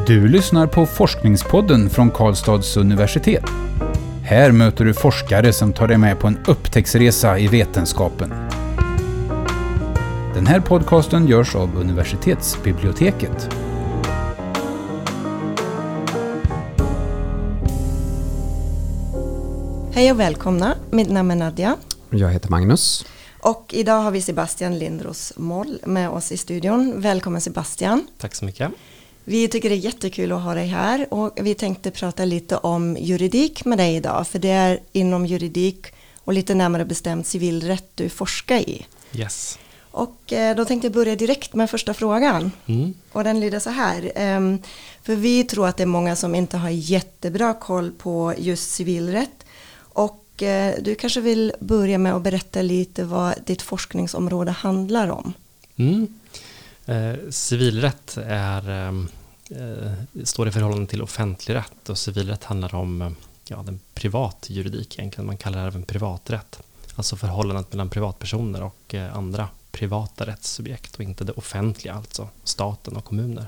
Du lyssnar på Forskningspodden från Karlstads universitet. Här möter du forskare som tar dig med på en upptäcktsresa i vetenskapen. Den här podcasten görs av universitetsbiblioteket. Hej och välkomna, mitt namn är Nadja. Jag heter Magnus. Och idag har vi Sebastian Lindros Moll med oss i studion. Välkommen Sebastian. Tack så mycket. Vi tycker det är jättekul att ha dig här och vi tänkte prata lite om juridik med dig idag. För det är inom juridik och lite närmare bestämt civilrätt du forskar i. Yes. Och då tänkte jag börja direkt med första frågan. Och den lyder så här. För vi tror att det är många som inte har jättebra koll på just civilrätt. Och du kanske vill börja med att berätta lite vad ditt forskningsområde handlar om. Civilrätt står i förhållande till offentlig rätt och civilrätt handlar om den privat juridik egentligen. Man kallar det även privaträtt. Alltså förhållandet mellan privatpersoner och andra privata rättssubjekt och inte det offentliga, alltså staten och kommuner.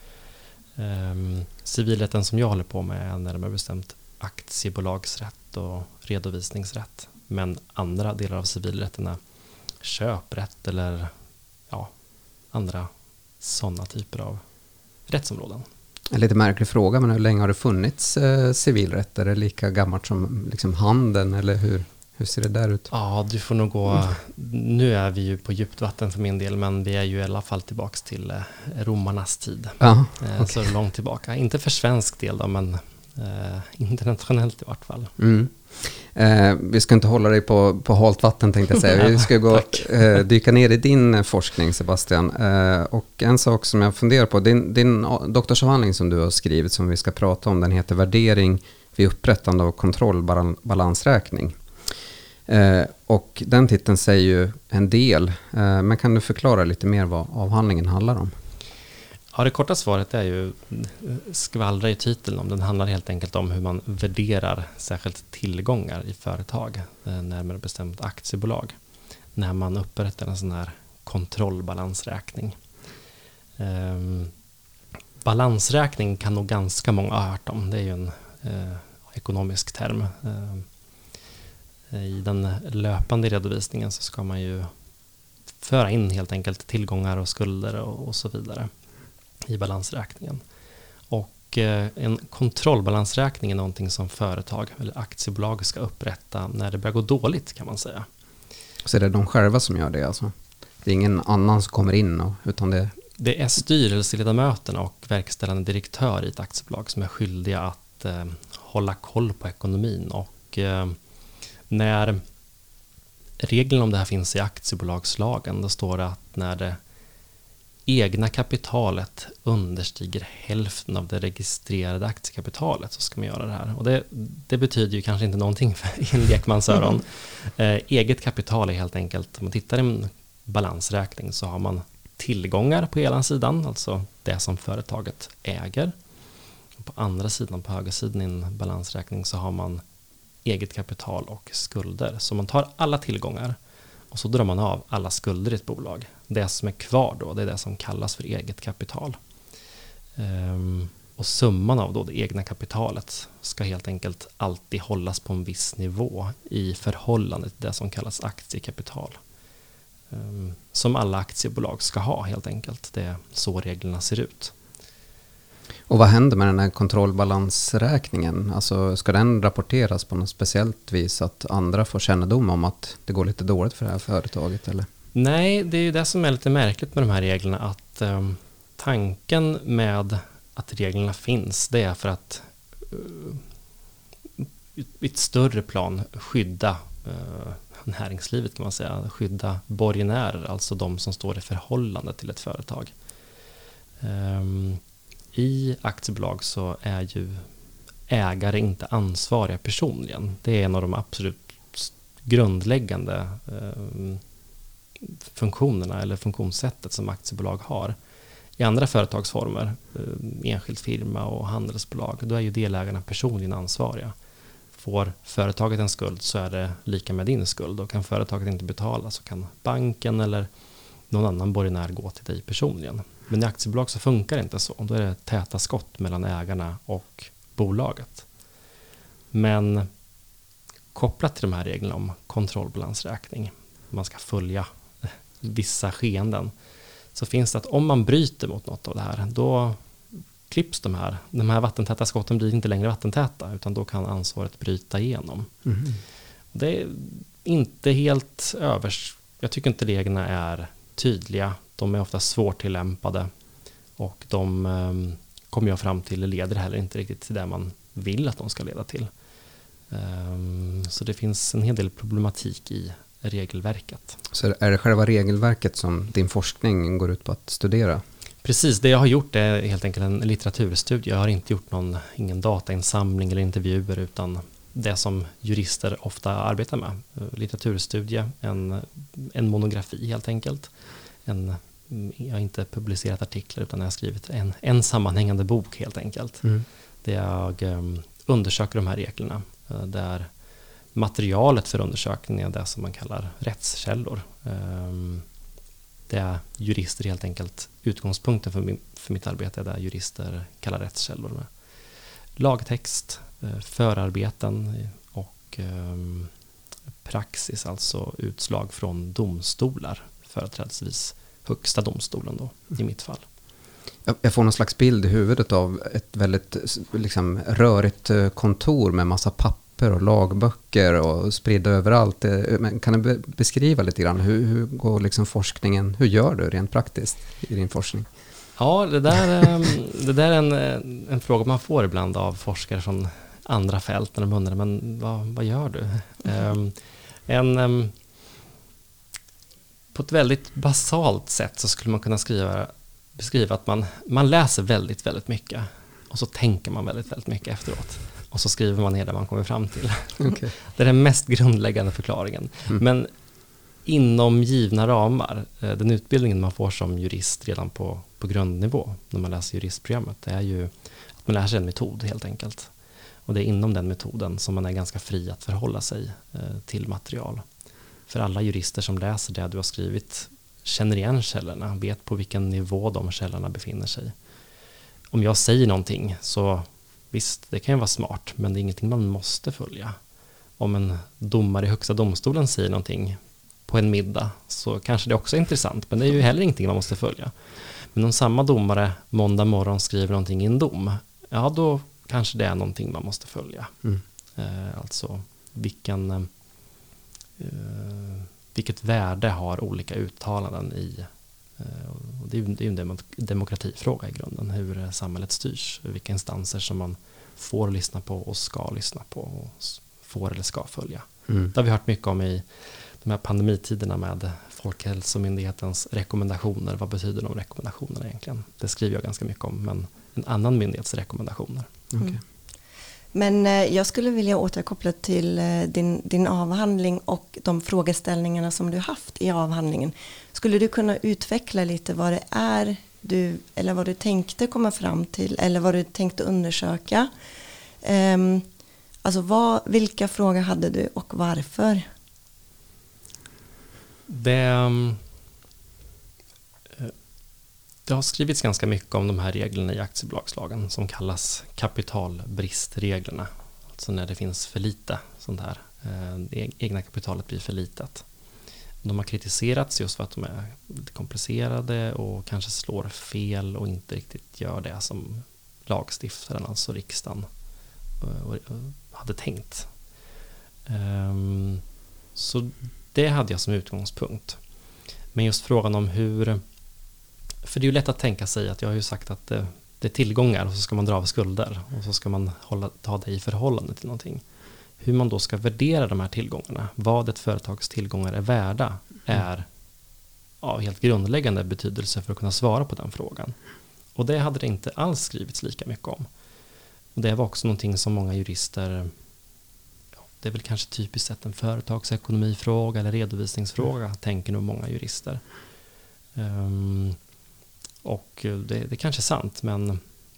Civilrätten som jag håller på med är närmare bestämt aktiebolagsrätt och redovisningsrätt. Men andra delar av civilrätten är köprätt eller andra sådana typer av rättsområden. En lite märklig fråga, men hur länge har det funnits civilrätt? Är det lika gammalt som liksom handeln eller hur ser det där ut? Ja, du får nog gå... Nu är vi ju på djupt vatten för min del, men vi är ju i alla fall tillbaka till romarnas tid. Okay. Så långt tillbaka. Inte för svensk del då, men internationellt i vart fall. Vi ska inte hålla dig på halt vatten tänkte jag säga. Vi ska gå dyka ner i din forskning, Sebastian. Och en sak som jag funderar på, din doktorsavhandling som du har skrivit som vi ska prata om, den heter Värdering vid upprättande av kontrollbalansräkning. Och den titeln säger ju en del, men kan du förklara lite mer vad avhandlingen handlar om? Ja, det korta svaret är ju skvallra i titeln om. Den handlar helt enkelt om hur man värderar särskilt tillgångar i företag, närmare bestämt aktiebolag, när man upprättar en sån här kontrollbalansräkning. Balansräkning kan nog ganska många ha hört om. Det är ju en ekonomisk term. I den löpande redovisningen så ska man ju föra in helt enkelt tillgångar och skulder och så vidare i balansräkningen. Och en kontrollbalansräkning är någonting som företag eller aktiebolag ska upprätta när det börjar gå dåligt, kan man säga. Så är det de själva som gör det alltså? Det är ingen annan som kommer in utan det är styrelseledamöterna och verkställande direktör i ett aktiebolag som är skyldiga att hålla koll på ekonomin. Och när reglerna om det här finns i aktiebolagslagen, då står det att när det egna kapitalet understiger hälften av det registrerade aktiekapitalet så ska man göra det här. Och det betyder ju kanske inte någonting för en lekmansöron. Eget kapital är helt enkelt, om man tittar i en balansräkning så har man tillgångar på ena sidan, alltså det som företaget äger. Och på andra sidan, på höger sidan i en balansräkning så har man eget kapital och skulder. Så man tar alla tillgångar och så drar man av alla skulder i ett bolag. Det som är kvar då, det är det som kallas för eget kapital. Och summan av då det egna kapitalet ska helt enkelt alltid hållas på en viss nivå i förhållande till det som kallas aktiekapital. Som alla aktiebolag ska ha helt enkelt. Det är så reglerna ser ut. Och vad händer med den här kontrollbalansräkningen? Alltså, ska den rapporteras på något speciellt vis att andra får kännedom om att det går lite dåligt för det här företaget? Eller? Nej, det är ju det som är lite märkligt med de här reglerna. Att tanken med att reglerna finns, det är för att i ett större plan skydda näringslivet, kan man säga. Skydda borgenärer, alltså de som står i förhållande till ett företag. I aktiebolag så är ju ägare inte ansvariga personligen. Det är en av de absolut grundläggande funktionerna eller funktionssättet som aktiebolag har. I andra företagsformer, enskild firma och handelsbolag, då är ju delägarna personligen ansvariga. Får företaget en skuld så är det lika med din skuld. Och kan företaget inte betala så kan banken eller någon annan borgenär gå till dig personligen. Men i aktiebolag så funkar det inte så. Då är det täta skott mellan ägarna och bolaget. Men kopplat till de här reglerna om kontrollbalansräkning, man ska följa vissa skeenden, så finns det att om man bryter mot något av det här, då klipps de här vattentäta skotten blir inte längre vattentäta, utan då kan ansvaret bryta igenom. Mm. Det är inte helt jag tycker inte reglerna är tydliga. De är ofta svårt tillämpade och de kommer jag fram till leder heller inte riktigt till det man vill att de ska leda till. Så det finns en hel del problematik i regelverket. Så är det själva regelverket som din forskning går ut på att studera? Precis, det jag har gjort är helt enkelt en litteraturstudie. Jag har inte gjort ingen datainsamling eller intervjuer, utan det som jurister ofta arbetar med. Litteraturstudie, en monografi helt enkelt. Jag har inte publicerat artiklar, utan jag har skrivit en sammanhängande bok helt enkelt. Där jag undersöker de här reglerna. Där materialet för undersökningen är det som man kallar rättskällor. Det är jurister helt enkelt, utgångspunkten för mitt arbete är det jurister kallar rättskällor med lagtext, förarbeten och praxis, alltså utslag från domstolar, företrädesvis högsta domstolen då, i mitt fall. Jag får någon slags bild i huvudet av ett väldigt liksom, rörigt kontor med massa papper och lagböcker och spridda överallt. Men kan du beskriva lite grann hur går liksom forskningen, hur gör du rent praktiskt i din forskning? Ja, det där är en fråga man får ibland av forskare från andra fält när de undrar, men vad gör du? På ett väldigt basalt sätt så skulle man kunna beskriva att man läser väldigt, väldigt mycket och så tänker man väldigt, väldigt mycket efteråt. Och så skriver man ner det man kommer fram till. Okay. Det är den mest grundläggande förklaringen. Men inom givna ramar, den utbildningen man får som jurist redan på grundnivå när man läser juristprogrammet, det är ju att man lär sig en metod helt enkelt. Och det är inom den metoden som man är ganska fri att förhålla sig till material. För alla jurister som läser det du har skrivit känner igen källorna, vet på vilken nivå de källorna befinner sig. Om jag säger någonting så visst, det kan ju vara smart, men det är ingenting man måste följa. Om en domare i högsta domstolen säger någonting på en middag så kanske det också är intressant, men det är ju heller ingenting man måste följa. Men om samma domare måndag morgon skriver någonting i en dom, ja då kanske det är någonting man måste följa. Alltså vilket värde har olika uttalanden i, det är ju en demokratifråga i grunden, hur samhället styrs, vilka instanser som man får lyssna på och ska lyssna på och får eller ska följa. Det har vi hört mycket om i de här pandemitiderna med Folkhälsomyndighetens rekommendationer. Vad betyder de rekommendationerna egentligen? Det skriver jag ganska mycket om, men en annan myndighets rekommendationer. Okay. Men jag skulle vilja återkoppla till din avhandling och de frågeställningarna som du haft i avhandlingen. Skulle du kunna utveckla lite vad det är eller vad du tänkte komma fram till eller vad du tänkte undersöka? Alltså vilka frågor hade du och varför? Det har skrivits ganska mycket om de här reglerna i aktiebolagslagen som kallas kapitalbristreglerna. Alltså när det finns för lite sånt här. Det egna kapitalet blir för litet. De har kritiserats just för att de är lite komplicerade och kanske slår fel och inte riktigt gör det som lagstiftaren, alltså riksdagen, hade tänkt. Så det hade jag som utgångspunkt. Men just frågan om hur... För det är ju lätt att tänka sig att jag har ju sagt att det är tillgångar och så ska man dra av skulder och så ska man ta det i förhållande till någonting. Hur man då ska värdera de här tillgångarna, vad ett företags tillgångar är värda, är helt grundläggande betydelse för att kunna svara på den frågan. Och det hade det inte alls skrivits lika mycket om. Och det var också någonting som många jurister, det är väl kanske typiskt sett en företagsekonomifråga eller redovisningsfråga, tänker nog många jurister. Och det kanske är sant, men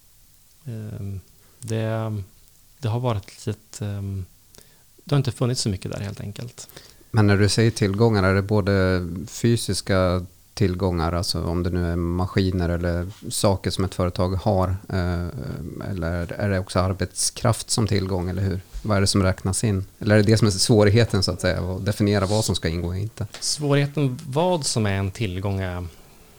det har varit lite... Det har inte funnits så mycket där helt enkelt. Men när du säger tillgångar, är det både fysiska tillgångar, alltså om det nu är maskiner eller saker som ett företag har, eller är det också arbetskraft som tillgång, eller hur? Vad är det som räknas in? Eller är det det som är svårigheten, så att säga, att definiera vad som ska ingå och inte? Svårigheten vad som är en tillgång är...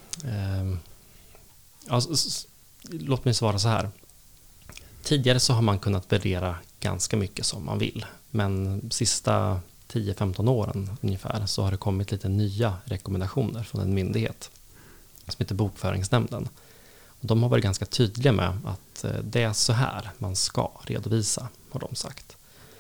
låt mig svara så här. Tidigare så har man kunnat värdera ganska mycket som man vill, men sista 10-15 åren ungefär så har det kommit lite nya rekommendationer från en myndighet som heter Bokföringsnämnden. Och de har varit ganska tydliga med att det är så här man ska redovisa, har de sagt.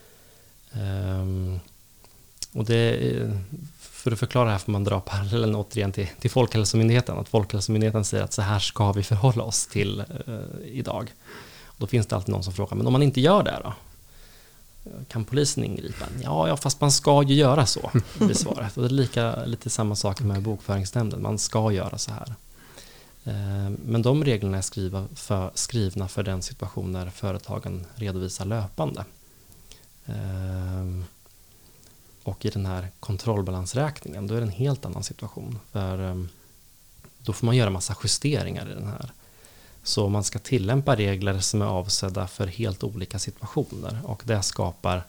Och det, för att förklara det här får man dra parallellen återigen till Folkhälsomyndigheten. Att Folkhälsomyndigheten säger att så här ska vi förhålla oss till idag. Och då finns det alltid någon som frågar, men om man inte gör det då? Kan polisen ingripa? Ja, fast man ska ju göra så, blir svaret. Och det är lite samma sak med Bokföringsnämnden. Man ska göra så här. Men de reglerna är skrivna för den situation när företagen redovisar löpande. Och i den här kontrollbalansräkningen, då är det en helt annan situation. För då får man göra massa justeringar i den här. Så man ska tillämpa regler som är avsedda för helt olika situationer. Och det skapar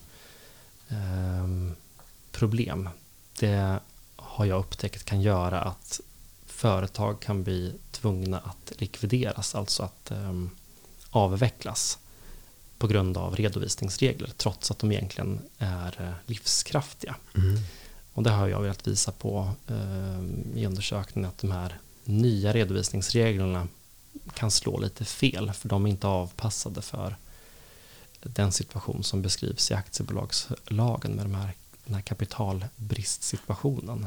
problem. Det har jag upptäckt kan göra att företag kan bli tvungna att likvideras. Alltså att avvecklas på grund av redovisningsregler. Trots att de egentligen är livskraftiga. Och det har jag velat visa på i undersökningen. Att de här nya redovisningsreglerna kan slå lite fel, för de är inte avpassade för den situation som beskrivs i aktiebolagslagen med den här kapitalbristsituationen.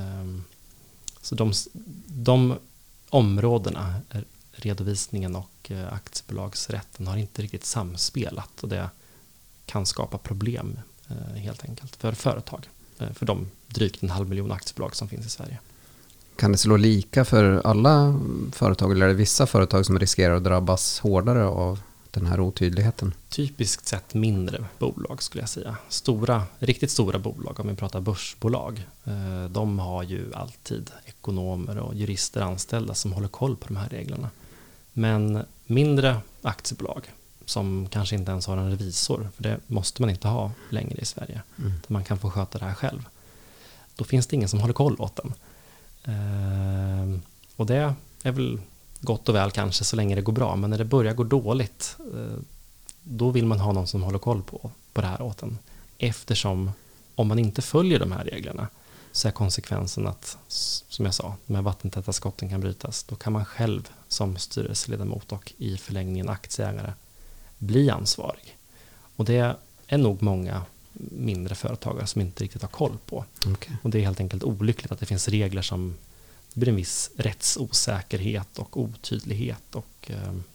Så de områdena, redovisningen och aktiebolagsrätten, har inte riktigt samspelat, och det kan skapa problem helt enkelt för företag, för de drygt 500 000 aktiebolag som finns i Sverige. Kan det slå lika för alla företag, eller är det vissa företag som riskerar att drabbas hårdare av den här otydligheten? Typiskt sett mindre bolag skulle jag säga. Riktigt stora bolag, om vi pratar börsbolag, de har ju alltid ekonomer och jurister anställda som håller koll på de här reglerna. Men mindre aktiebolag som kanske inte ens har en revisor, för det måste man inte ha längre i Sverige, där man kan få sköta det här själv. Då finns det ingen som håller koll åt den. Och det är väl gott och väl kanske så länge det går bra, men när det börjar gå dåligt, då vill man ha någon som håller koll på det här åt en. Eftersom om man inte följer de här reglerna så är konsekvensen att, som jag sa, de här vattentäta skotten kan brytas. Då kan man själv som styrelseledamot och i förlängningen aktieägare bli ansvarig. Och det är nog många mindre företagare som inte riktigt har koll på. Okay. Och det är helt enkelt olyckligt att det finns regler som det blir en viss rättsosäkerhet och otydlighet och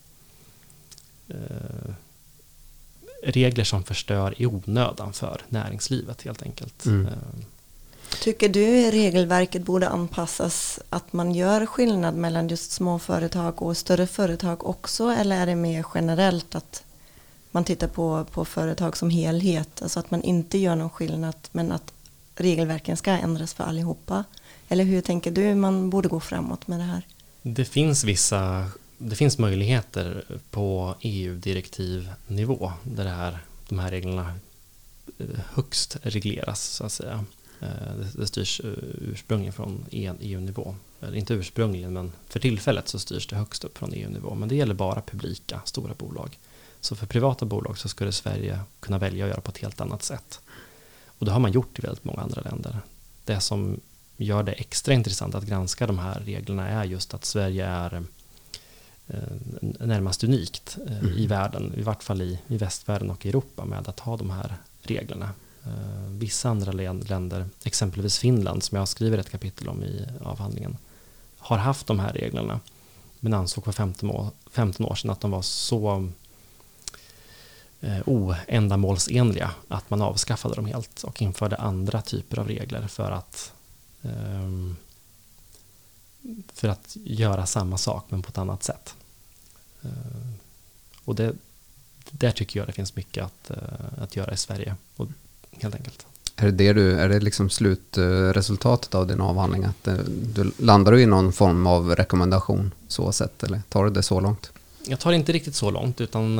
regler som förstör i onödan för näringslivet helt enkelt. Tycker du regelverket borde anpassas, att man gör skillnad mellan just små företag och större företag också, eller är det mer generellt att man tittar på företag som helhet, alltså att man inte gör någon skillnad men att regelverken ska ändras för allihopa? Eller hur tänker du man borde gå framåt med det här? Det finns möjligheter på EU-direktivnivå där de här reglerna högst regleras så att säga. Det styrs ursprungligen från EU-nivå. Eller inte ursprungligen, men för tillfället så styrs det högst upp från EU-nivå. Men det gäller bara publika, stora bolag. Så för privata bolag så skulle Sverige kunna välja att göra på ett helt annat sätt. Och det har man gjort i väldigt många andra länder. Det som gör det extra intressant att granska de här reglerna är just att Sverige är närmast unikt i världen, i vart fall i västvärlden och i Europa, med att ha de här reglerna. Vissa andra länder, exempelvis Finland som jag skriver ett kapitel om i avhandlingen, har haft de här reglerna men ansåg för 15 år sedan att de var så oändamålsenliga att man avskaffade dem helt och införde andra typer av regler för att göra samma sak men på ett annat sätt. Och där tycker jag det finns mycket att göra i Sverige, och helt enkelt. Är det liksom slutresultatet av din avhandling? Att du landar i någon form av rekommendation så sett, eller tar du det så långt? Jag tar inte riktigt så långt, utan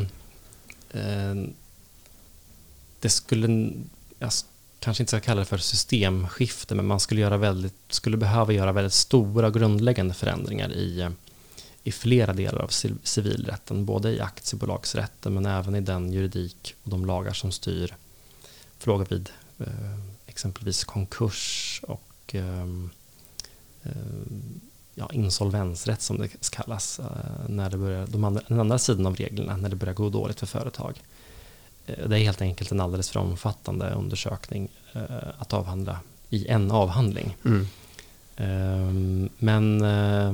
det skulle, jag kanske inte ska kalla det för systemskifte, men man skulle behöva göra väldigt stora grundläggande förändringar i flera delar av civilrätten, både i aktiebolagsrätten men även i den juridik och de lagar som styr frågor vid exempelvis konkurs och insolvensrätt som det kallas, när det börjar, den andra sidan av reglerna, när det börjar gå dåligt för företag. Det är helt enkelt en alldeles för omfattande undersökning att avhandla i en avhandling. Men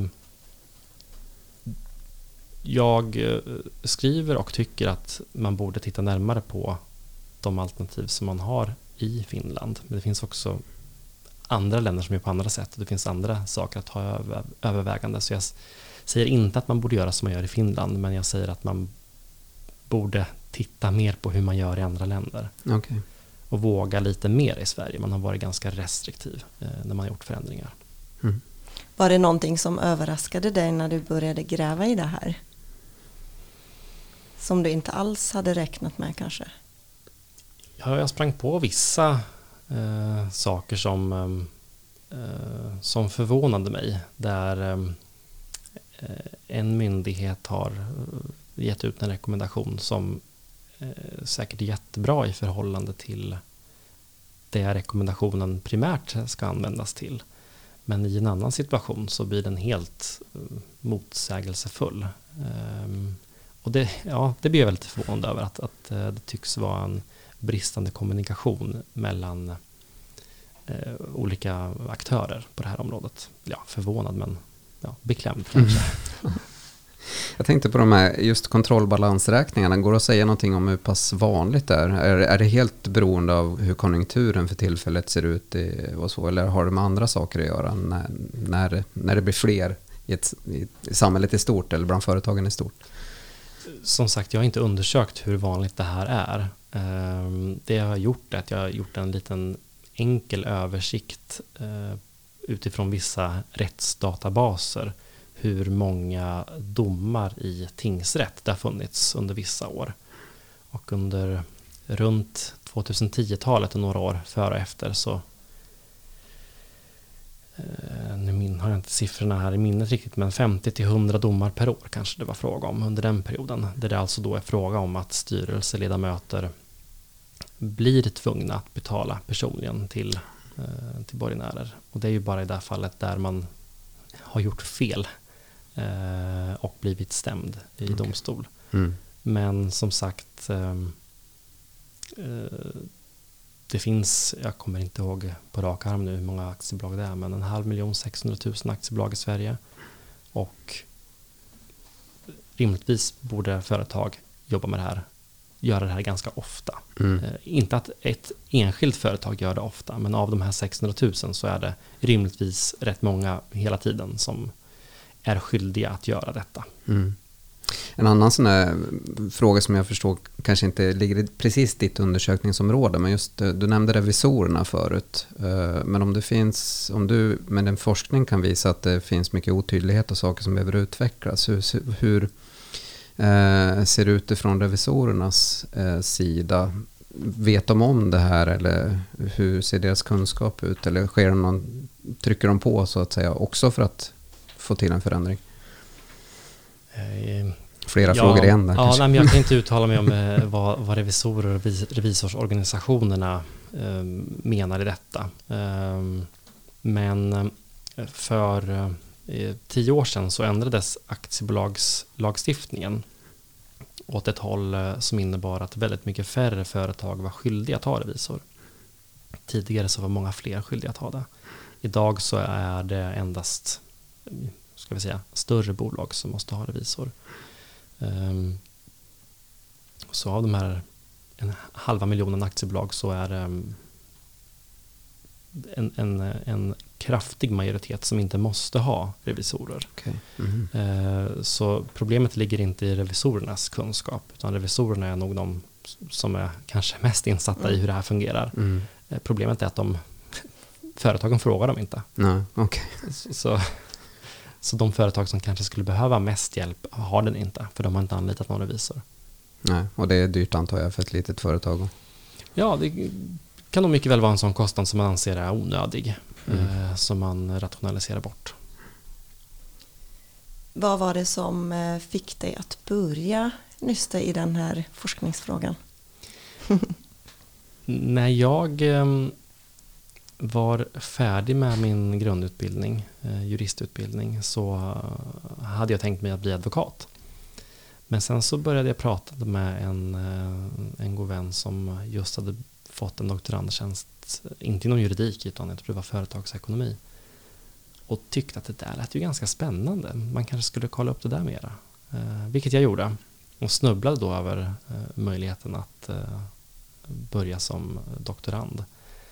jag skriver och tycker att man borde titta närmare på de alternativ som man har i Finland. Men det finns också andra länder som är på andra sätt och det finns andra saker att ha övervägande. Så jag säger inte att man borde göra som man gör i Finland, men jag säger att man borde titta mer på hur man gör i andra länder. Okay. Och våga lite mer i Sverige. Man har varit ganska restriktiv när man har gjort förändringar. Var det någonting som överraskade dig när du började gräva i det här? Som du inte alls hade räknat med kanske? Ja, jag sprang på vissa saker som förvånade mig. Där en myndighet har gett ut en rekommendation som säkert är jättebra i förhållande till det rekommendationen primärt ska användas till. Men i en annan situation så blir den helt motsägelsefull. Och det blir jag väldigt förvånad över att det tycks vara en bristande kommunikation mellan olika aktörer på det här området. Ja, förvånad men beklämd kanske. Jag tänkte på de här just kontrollbalansräkningarna. Går det att säga någonting om hur pass vanligt det är? Är det helt beroende av hur konjunkturen för tillfället ser ut och så? Eller har det med andra saker att göra när det blir fler i samhället i stort eller bland företagen i stort? Som sagt, jag har inte undersökt hur vanligt det här är. Det jag har gjort är att jag har gjort en liten enkel översikt utifrån vissa rättsdatabaser hur många domar i tingsrätt det har funnits under vissa år. Och under runt 2010-talet och några år före och efter så nu har jag inte siffrorna här i minnet riktigt, men 50-100 domar per år kanske det var fråga om under den perioden. Där det alltså då är fråga om att styrelseledamöter blir tvungna att betala personligen till borgenärer. Och det är ju bara i det här fallet där man har gjort fel och blivit stämd i domstol. Men som sagt, det finns, jag kommer inte ihåg på rak arm nu hur många aktiebolag det är, men 500 600 000 aktiebolag i Sverige. Och rimligtvis borde företag jobba med det här, göra det här ganska ofta. Inte att ett enskilt företag gör det ofta, men av de här 600 000 så är det rimligtvis rätt många hela tiden som är skyldiga att göra detta. En annan sån här fråga som jag förstår kanske inte ligger i precis ditt undersökningsområde, men just du nämnde revisorerna förut. Men om du med den forskning kan visa att det finns mycket otydlighet och saker som behöver utvecklas, hur ser det ut ifrån revisorernas sida? Vet de om det här eller hur ser deras kunskap ut? Eller trycker de på så att säga också för att få till en förändring? Flera frågor igen där. Ja, men jag kan inte uttala mig om vad revisorer och revisorsorganisationerna menar i detta. Men för 10 år sedan så ändrades aktiebolagslagstiftningen åt ett håll som innebar att väldigt mycket färre företag var skyldiga att ha revisor. Tidigare så var många fler skyldiga att ha det. Idag så är det endast större bolag som måste ha revisor. Så av de här 500 000 aktiebolag så är det en kraftig majoritet som inte måste ha revisorer. Okay. Så problemet ligger inte i revisorernas kunskap, utan revisorerna är nog de som är kanske mest insatta i hur det här fungerar. Problemet är att företagen frågar dem inte. Nej, okej. Så de företag som kanske skulle behöva mest hjälp har den inte, för de har inte anlitat någon revisor. Nej, och det är dyrt antar jag för ett litet företag. Ja, det kan nog mycket väl vara en sån kostnad som man anser är onödig, som man rationaliserar bort. Vad var det som fick dig att börja nysta i den här forskningsfrågan? När jag var färdig med min grundutbildning, juristutbildning, så hade jag tänkt mig att bli advokat. Men sen så började jag prata med en god vän som just hade fått en doktorandtjänst, inte inom juridik utan jag tror det var företagsekonomi. Och tyckte att det där lät ju ganska spännande. Man kanske skulle kolla upp det där mera. Vilket jag gjorde. Och snubblade då över möjligheten att börja som doktorand.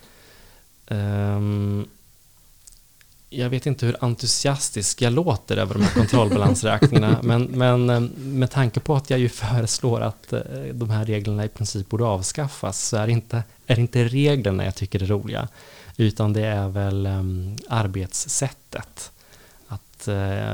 Jag vet inte hur entusiastisk jag låter över de här kontrollbalansräkningarna, men med tanke på att jag ju föreslår att de här reglerna i princip borde avskaffas, så är inte reglerna jag tycker är roliga, utan det är väl arbetssättet. Att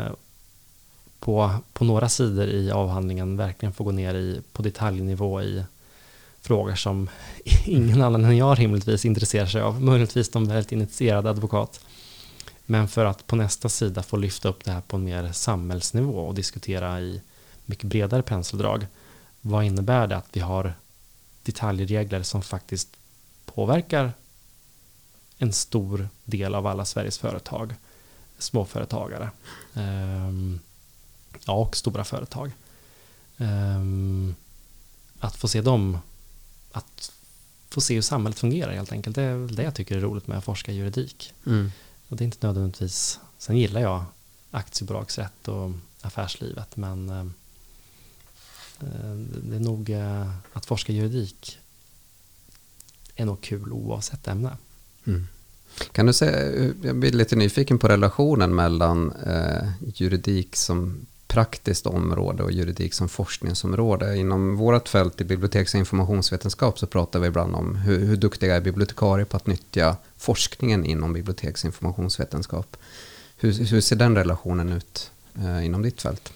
på några sidor i avhandlingen verkligen få gå ner på detaljnivå i frågor som ingen annan än jag rimligtvis intresserar sig av. Möjligtvis de väldigt initierade advokat. Men för att på nästa sida få lyfta upp det här på en mer samhällsnivå och diskutera i mycket bredare penseldrag. Vad innebär det att vi har detaljregler som faktiskt påverkar en stor del av alla Sveriges företag, småföretagare och stora företag. Att få se dem, att få se hur samhället fungerar helt enkelt. Det är väl det jag tycker är roligt med att forska i juridik. Och det är inte nödvändigtvis, sen gillar jag aktiebolagsrätt och affärslivet, men det är nog att forska i juridik är nog kul oavsett ämne. Kan du säga, jag blir lite nyfiken på relationen mellan juridik som praktiskt område och juridik som forskningsområde. Inom vårt fält i biblioteks- och informationsvetenskap så pratar vi ibland om hur duktiga är bibliotekarier på att nyttja forskningen inom biblioteks- och informationsvetenskap. Hur ser den relationen ut inom ditt fält?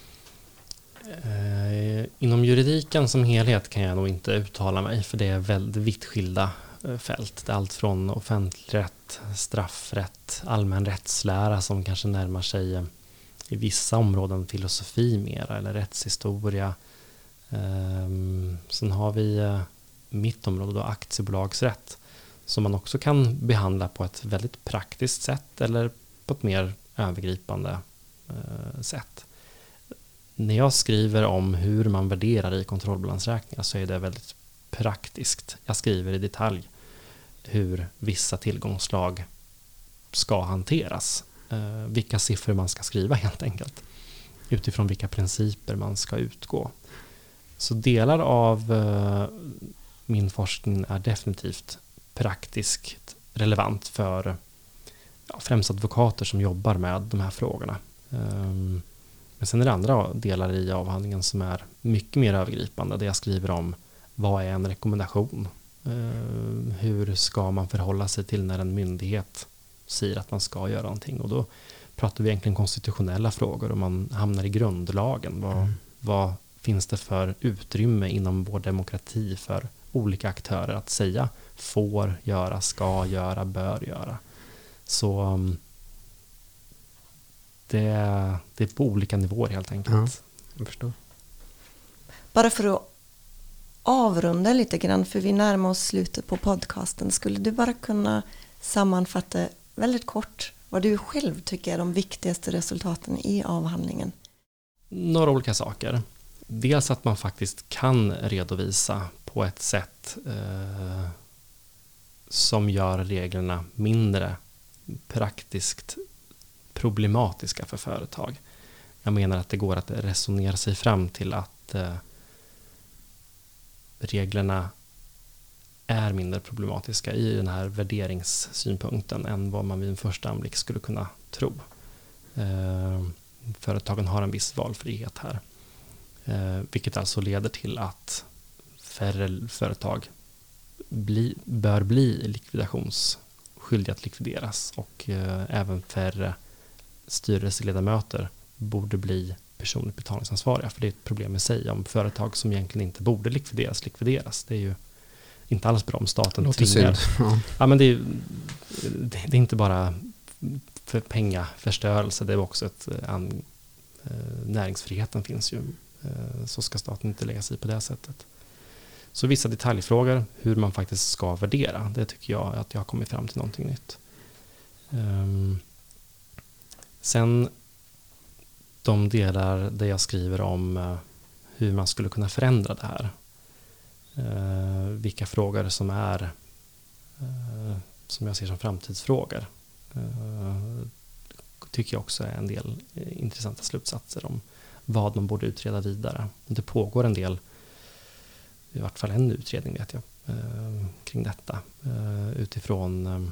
Inom juridiken som helhet kan jag nog inte uttala mig, för det är väldigt vitt skilda fält. Det är allt från offentlig rätt, straffrätt, allmän rättslära som kanske närmar sig i vissa områden filosofi mera eller rättshistoria. Sen har vi mitt område då aktiebolagsrätt som man också kan behandla på ett väldigt praktiskt sätt eller på ett mer övergripande sätt. När jag skriver om hur man värderar i kontrollbalansräkningar så är det väldigt praktiskt. Jag skriver i detalj hur vissa tillgångslag ska hanteras. Vilka siffror man ska skriva helt enkelt. Utifrån vilka principer man ska utgå. Så delar av min forskning är definitivt praktiskt relevant för främst advokater som jobbar med de här frågorna. Men sen är det andra delar i avhandlingen som är mycket mer övergripande. Där jag skriver om vad är en rekommendation? Hur ska man förhålla sig till när en myndighet säger att man ska göra någonting? Och då pratar vi egentligen konstitutionella frågor och man hamnar i grundlagen. Vad finns det för utrymme inom vår demokrati för olika aktörer att säga får göra, ska göra, bör göra? Så det är på olika nivåer helt enkelt. Ja, jag förstår. Bara för att avrunda lite grann, för vi närmar oss slutet på podcasten. Skulle du bara kunna sammanfatta väldigt kort vad du själv tycker är de viktigaste resultaten i avhandlingen? Några olika saker. Dels att man faktiskt kan redovisa på ett sätt som gör reglerna mindre praktiskt problematiska för företag. Jag menar att det går att resonera sig fram till att reglerna är mindre problematiska i den här värderingssynpunkten än vad man vid en första anblick skulle kunna tro. Företagen har en viss valfrihet här. Vilket alltså leder till att färre företag bör bli likvidationsskyldiga att likvideras, och även färre styrelseledamöter borde bli personligt betalningsansvariga, för det är ett problem i sig om företag som egentligen inte borde likvideras. Det är ju inte alls bra om staten tvingar. Ja, men det är inte bara för pengaförstörelse, det är också näringsfriheten finns ju, så ska staten inte lägga sig på det sättet. Så vissa detaljfrågor, hur man faktiskt ska värdera, det tycker jag att jag har kommit fram till någonting nytt. Sen de delar där jag skriver om hur man skulle kunna förändra det här. Vilka frågor som är som jag ser som framtidsfrågor, tycker jag också är en del intressanta slutsatser om vad man borde utreda vidare. Det pågår en del, i vart fall en utredning vet jag, kring detta utifrån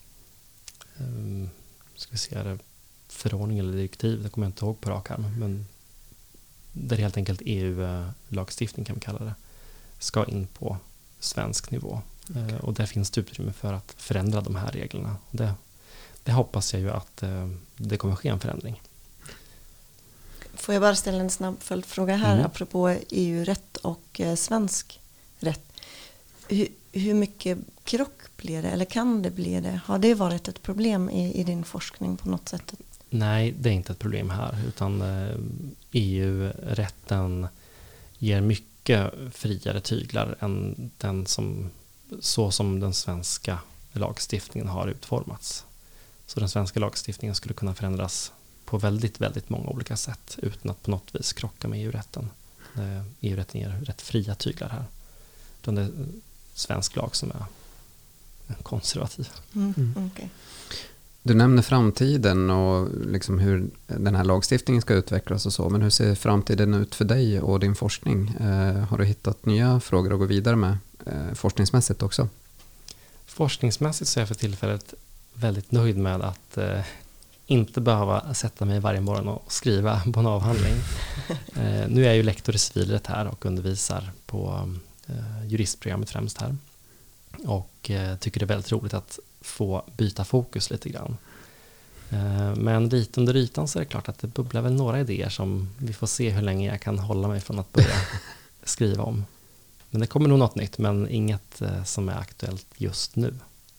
ska vi se, förordning eller direktiv, det kommer jag inte ihåg på rak arm, men där helt enkelt EU-lagstiftning kan vi kalla det, ska in på svensk nivå. Och där finns det utrymme för att förändra de här reglerna. Det hoppas jag ju att det kommer ske en förändring. Får jag bara ställa en snabb följdfråga här apropå EU-rätt och svensk rätt. Hur mycket krock blir det, eller kan det bli det? Har det varit ett problem i din forskning på något sätt? Nej, det är inte ett problem här, utan EU-rätten ger mycket friare tyglar än så som den svenska lagstiftningen har utformats. Så den svenska lagstiftningen skulle kunna förändras på väldigt, väldigt många olika sätt utan att på något vis krocka med EU-rätten. EU-rätten ger rätt fria tyglar här. Det är svensk lag som är konservativ. Okay. Du nämner framtiden och liksom hur den här lagstiftningen ska utvecklas och så. Men hur ser framtiden ut för dig och din forskning? Har du hittat nya frågor att gå vidare med forskningsmässigt också? Forskningsmässigt så är jag för tillfället väldigt nöjd med att inte behöva sätta mig varje morgon och skriva på en avhandling. Nu är jag ju lektor i civilrätt här och undervisar på juristprogrammet främst här. Och tycker det är väldigt roligt att få byta fokus lite grann. Men lite under ytan så är det klart att det bubblar väl några idéer som vi får se hur länge jag kan hålla mig från att börja skriva om. Men det kommer nog något nytt, men inget som är aktuellt just nu.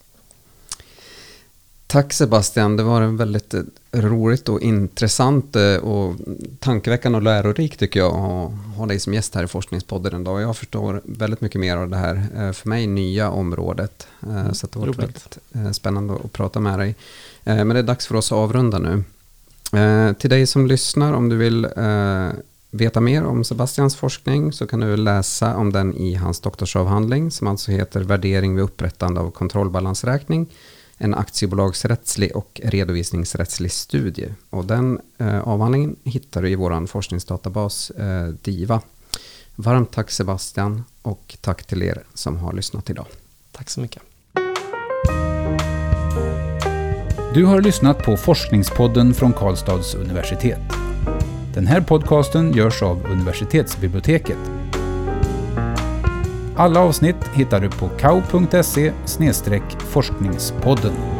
Tack Sebastian, det var en väldigt roligt och intressant och tankeväckande och lärorikt tycker jag att ha dig som gäst här i Forskningspodden idag. Jag förstår väldigt mycket mer av det här för mig nya området. Så det var väldigt spännande att prata med dig. Men det är dags för oss att avrunda nu. Till dig som lyssnar, om du vill veta mer om Sebastians forskning så kan du läsa om den i hans doktorsavhandling som alltså heter Värdering vid upprättande av kontrollbalansräkning. En aktiebolagsrättslig och redovisningsrättslig studie. Och den avhandlingen hittar du i vår forskningsdatabas DIVA. Varmt tack Sebastian och tack till er som har lyssnat idag. Tack så mycket. Du har lyssnat på Forskningspodden från Karlstads universitet. Den här podcasten görs av universitetsbiblioteket. Alla avsnitt hittar du på kau.se/forskningspodden.